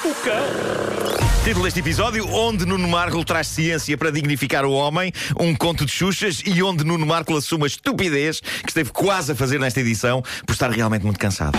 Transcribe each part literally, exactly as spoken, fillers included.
O cão. Título deste episódio: onde Nuno Marco traz ciência para dignificar o homem, um conto de Xuxas, e onde Nuno Marco assume a estupidez que esteve quase a fazer nesta edição por estar realmente muito cansado.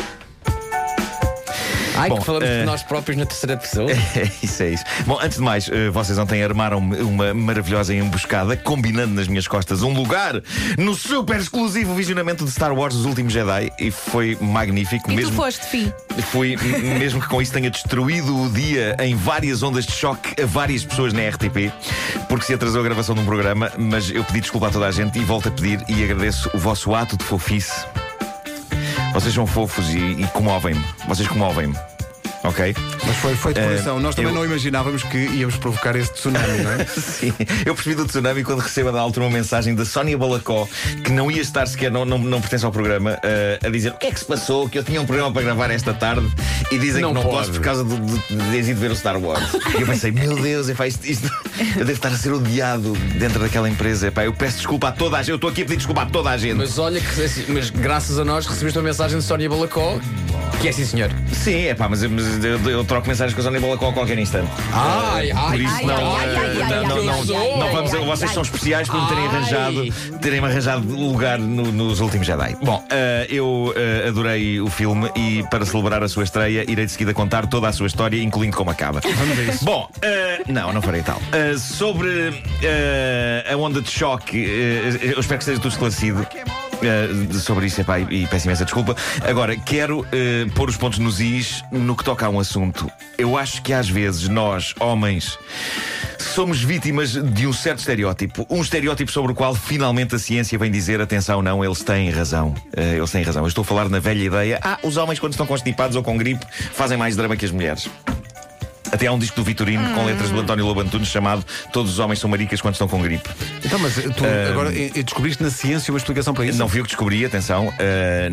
Ai, Bom, que falamos uh... de nós próprios na terceira pessoa. É, isso é isso. Bom, antes de mais, uh, vocês ontem armaram uma maravilhosa emboscada, combinando nas minhas costas um lugar no super exclusivo visionamento de Star Wars Os Últimos Jedi, e foi magnífico. E mesmo, tu foste, fi? Fui, mesmo que com isso tenha destruído o dia em várias ondas de choque a várias pessoas na R T P, porque se atrasou a gravação de um programa, mas eu pedi desculpa a toda a gente e volto a pedir e agradeço o vosso ato de fofice. Vocês são fofos e, e comovem-me. Vocês comovem-me. Ok? Mas foi, foi de coração. Uh, Nós também eu... não imaginávamos que íamos provocar esse tsunami, não é? Sim. Eu percebi do tsunami quando recebo a da altura uma mensagem da Sónia Balacó, que não ia estar sequer, não, não, não pertence ao programa, uh, a dizer o que é que se passou, que eu tinha um programa para gravar esta tarde e dizem não que não pode. Posso por causa de, de, de, de ir ver o Star Wars. E eu pensei, meu Deus, epá, isto, isto, eu devo estar a ser odiado dentro daquela empresa. Epá, eu peço desculpa a toda a gente. Eu estou aqui a pedir desculpa a toda a gente. Mas olha que, mas graças a nós recebeste uma mensagem de Sónia Balacó, que é sim, senhor. Sim, é pá, mas, mas eu, eu troco mensagens com a Sónia Balacó a qualquer instante. Ai, ai, por isso ai, não, ai, uh, ai, não, ai, não, ai, não, ai, não vamos. ai, Vocês ai, são especiais por me terem ai. arranjado, terem arranjado lugar no, nos Últimos Jedi. Bom, uh, eu uh, adorei o filme e para celebrar a sua estreia irei de seguida contar toda a sua história, incluindo como acaba. Vamos ver isso. Bom, uh, não, não farei tal. Uh, sobre uh, a onda de choque, uh, eu espero que esteja tudo esclarecido. Uh, sobre isso, epá, e, e peço imensa desculpa. Agora, quero uh, pôr os pontos nos is no que toca a um assunto. Eu acho que às vezes nós, homens, somos vítimas de um certo estereótipo. Um estereótipo sobre o qual finalmente a ciência vem dizer: atenção, não, eles têm razão. Uh, eles têm razão. Eu estou a falar na velha ideia: ah, os homens quando estão constipados ou com gripe fazem mais drama que as mulheres. Até há um disco do Vitorino hum. com letras do António Lobo Antunes chamado Todos os Homens são maricas quando estão com gripe. Então, mas tu uh, agora descobriste na ciência uma explicação para isso? Não fui eu que descobri, atenção. Uh,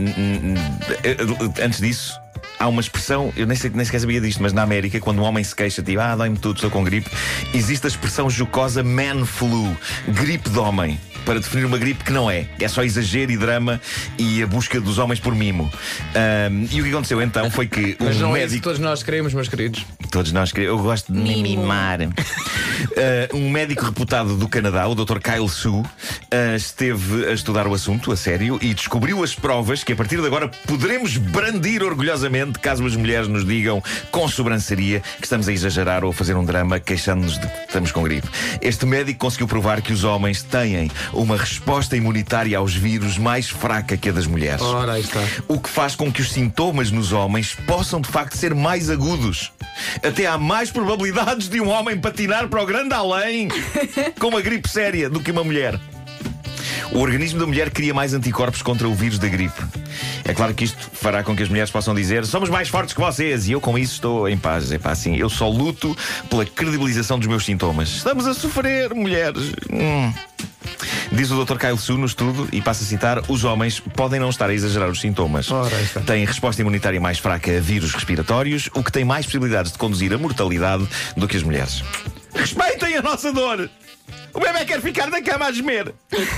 antes disso, há uma expressão, eu nem, sei, nem sequer sabia disto, mas na América, quando um homem se queixa, tipo, ah, dói-me tudo, estou com gripe, existe a expressão jocosa man flu, gripe de homem, para definir uma gripe que não é. É só exagero e drama e a busca dos homens por mimo. Um, e o que aconteceu então foi que um Mas não médico... é isso que todos nós queremos, meus queridos. Todos nós queremos. Eu gosto de me Mimo. mimar. Uh, um médico reputado do Canadá, o doutor Kyle Su, uh, esteve a estudar o assunto a sério e descobriu as provas que a partir de agora poderemos brandir orgulhosamente caso as mulheres nos digam com sobranceria que estamos a exagerar ou a fazer um drama queixando-nos de que estamos com gripe. Este médico conseguiu provar que os homens têm uma resposta imunitária aos vírus mais fraca que a das mulheres. Ora, aí está. O que faz com que os sintomas nos homens possam de facto ser mais agudos. Até há mais probabilidades de um homem patinar para o grande além com uma gripe séria do que uma mulher. O organismo da mulher cria mais anticorpos contra o vírus da gripe. É claro que isto fará com que as mulheres possam dizer: somos mais fortes que vocês. E eu com isso estou em paz. É pá, assim, eu só luto pela credibilização dos meus sintomas. Estamos a sofrer, mulheres. Hum. Diz o doutor Kyle Su no estudo, e passo a citar: os homens podem não estar a exagerar os sintomas. Ora, está. Têm resposta imunitária mais fraca a vírus respiratórios, o que tem mais possibilidades de conduzir a mortalidade do que as mulheres. Respeitem a nossa dor! O bebê quer ficar na cama a gemer.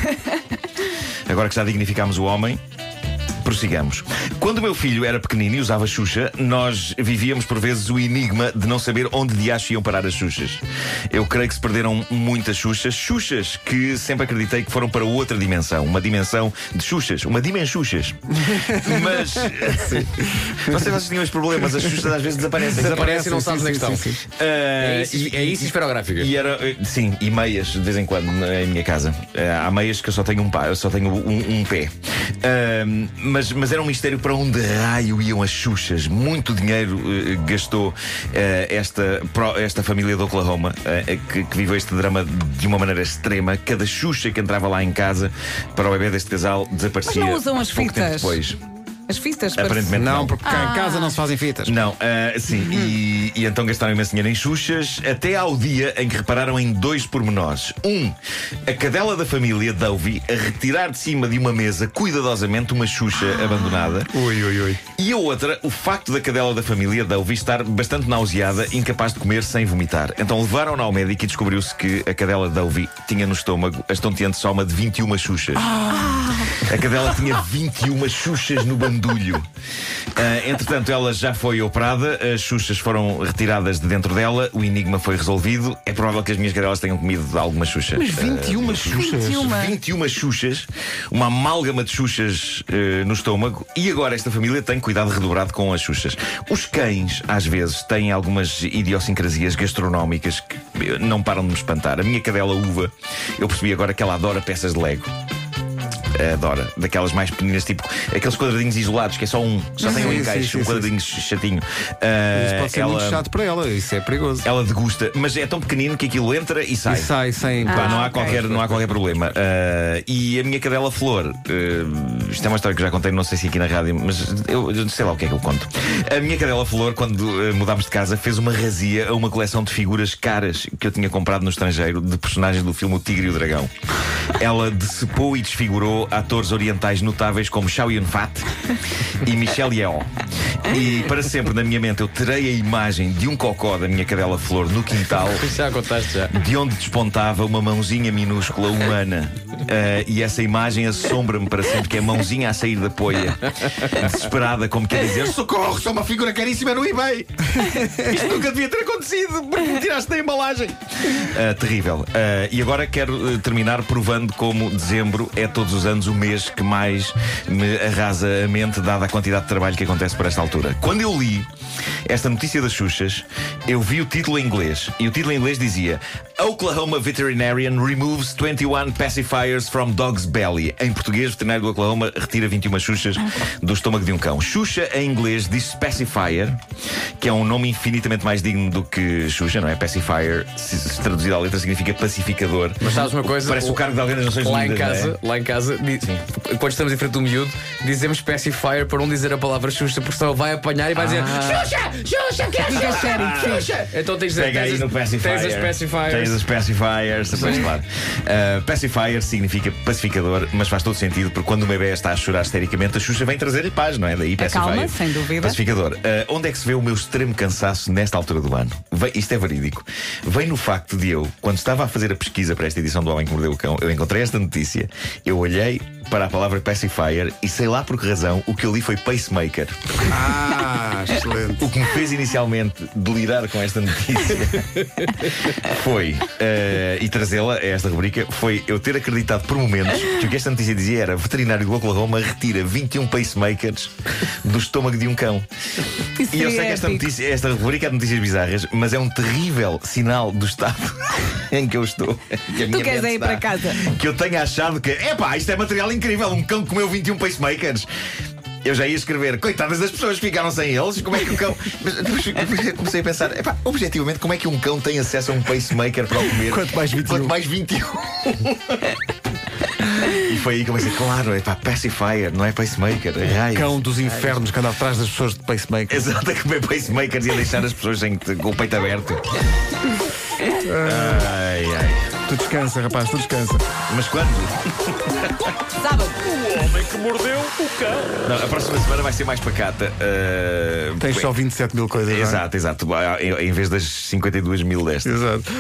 Agora que já dignificámos o homem, prossigamos. Quando o meu filho era pequenino e usava Xuxa, nós vivíamos por vezes o enigma de não saber onde de acho iam parar as Xuxas. Eu creio que se perderam muitas Xuxas. Xuxas que sempre acreditei que foram para outra dimensão. Uma dimensão de Xuxas. Uma dimensxuxas. Mas... não sei se vocês tinham os problemas. As Xuxas às vezes desaparecem. Desaparecem e não sabes onde é que estão. Uh, É isso, e, é isso esferográfica. E era, sim, e meias de vez em quando na minha casa. Uh, há meias que eu só tenho um, pá, eu só tenho um, um pé. Uh, mas, mas era um mistério para onde raio iam as Xuxas. Muito dinheiro uh, gastou uh, esta, pro, esta família de Oklahoma, uh, que, que viveu este drama de uma maneira extrema. Cada Xuxa que entrava lá em casa para o bebê deste casal desaparecia. Mas não usam as pouco tempo fitas? depois. As fitas? para- Aparentemente não. Não, porque cá Ah. em casa não se fazem fitas. Não, uh, sim, e, e então gastaram imenso dinheiro em Xuxas, até ao dia em que repararam em dois pormenores. Um, a cadela da família, Dovey, a retirar de cima de uma mesa cuidadosamente uma Xuxa abandonada. Ui, ui, ui. E a outra, o facto da cadela da família, Dovey, estar bastante nauseada, incapaz de comer sem vomitar. Então levaram-na ao médico e descobriu-se que a cadela Dovey tinha no estômago a estonteante soma de vinte e uma Xuxas. Ah. A cadela tinha vinte e uma xuxas no bandulho. Uh, entretanto, ela já foi operada, as xuxas foram retiradas de dentro dela, o enigma foi resolvido. É provável que as minhas cadelas tenham comido alguma xuxa. Mas vinte e uma uh, xuxas? vinte e uma xuxas, uma amálgama de xuxas uh, no estômago. E agora esta família tem cuidado redobrado com as xuxas. Os cães, às vezes, têm algumas idiosincrasias gastronómicas que não param de me espantar. A minha cadela Uva, eu percebi agora que ela adora peças de Lego. Adora, daquelas mais pequeninas, tipo aqueles quadradinhos isolados, que é só um, só tem um Sim, encaixe, sim, um sim, quadradinho sim. chatinho. Isso Uh, pode ser ela, muito chato para ela, isso é perigoso. ela degusta, mas é tão pequenino que aquilo entra e sai. E sai sem. Pá, Ah, não, há ok. qualquer, não há qualquer problema. Uh, e a minha cadela Flor, uh, isto é uma história que já contei, não sei se aqui na rádio, mas eu, eu sei lá o que é que eu conto. A minha cadela Flor, quando uh, mudámos de casa, fez uma razia a uma coleção de figuras caras que eu tinha comprado no estrangeiro de personagens do filme O Tigre e o Dragão. Ela decepou e desfigurou atores orientais notáveis como Chow Yun-fat e Michelle Yeoh. E para sempre na minha mente eu terei a imagem de um cocó da minha cadela Flor no quintal, Já contaste já. de onde despontava uma mãozinha minúscula humana. Uh, e essa imagem assombra-me para sempre, que é a mãozinha a sair da poia, desesperada, como quer dizer: socorro, sou uma figura caríssima no eBay. Isto nunca devia ter acontecido, porque me tiraste da embalagem. Uh, terrível. Uh, e agora quero uh, terminar provando como dezembro é todos os anos o mês que mais me arrasa a mente, dada a quantidade de trabalho que acontece por esta altura. Quando eu li esta notícia das Xuxas, eu vi o título em inglês. E o título em inglês dizia: Oklahoma Veterinarian removes twenty one pacifiers from dog's belly. Em português, o veterinário do Oklahoma retira vinte e uma xuxas do estômago de um cão. Xuxa em inglês diz pacifier, que é um nome infinitamente mais digno do que Xuxa, não é? Pacifier, se, se traduzido à letra, significa pacificador. Mas sabes uma coisa? Parece o cargo de alguém das Nações Lá em Unidas, casa, não é? lá em casa, di- quando estamos em frente do miúdo, dizemos pacifier para não dizer a palavra Xuxa, porque senão ele vai apanhar e vai dizer Xuxa! Xuxa! Que é Fica Xuxa? sério, sim. Xuxa! Então tens Pega aí tens no as- pacifier. Tens as pacifiers. Tens as pacifiers. Pois, claro. Uh, pacifier significa pacificador, mas faz todo sentido, porque quando o bebê está a chorar histericamente, a Xuxa vem trazer-lhe paz, não é? Daí pacifier. Acalma, sem dúvida. Pacificador. Uh, onde é que se vê o meu extremo cansaço nesta altura do ano? Vem, isto é verídico. Vem no facto de eu, quando estava a fazer a pesquisa para esta edição do Homem que Mordeu o Cão, eu encontrei esta notícia, eu olhei para a palavra pacifier e sei lá por que razão o que eu li foi pacemaker. Ah, excelente. O que me fez inicialmente delirar com esta notícia foi, uh, e trazê-la a esta rubrica, foi eu ter acreditado por momentos que o que esta notícia dizia era: veterinário do Oklahoma retira vinte e um pacemakers do estômago de um cão. Isso E eu sei seria que esta, épico. notícia, esta rubrica é de notícias bizarras, mas é um terrível sinal do estado em que eu estou. Que a minha Tu queres mente ir está. para casa? Que eu tenha achado que, epá, isto é material incrível, um cão comeu vinte e um pacemakers. Eu já ia escrever: coitadas das pessoas que ficaram sem eles. Como é que o cão. Mas depois comecei a pensar: epá, objetivamente, como é que um cão tem acesso a um pacemaker para o comer? Quanto mais vinte e um. Quanto mais vinte e um. E foi aí que eu pensei: claro, é pá, pacifier, não é pacemaker. Raios. Cão dos infernos que anda atrás das pessoas de pacemaker. Exato, a comer pacemakers e a deixar as pessoas sem, com o peito aberto. Ai, ai. Tu descansa, rapaz, tu descansa. Mas quando? Sábado. O homem que mordeu o cão. Não, a próxima semana vai ser mais pacata. Uh, Tens só vinte e sete mil coisas. não é? Exato, exato. Em em vez das cinquenta e duas mil destas. Exato.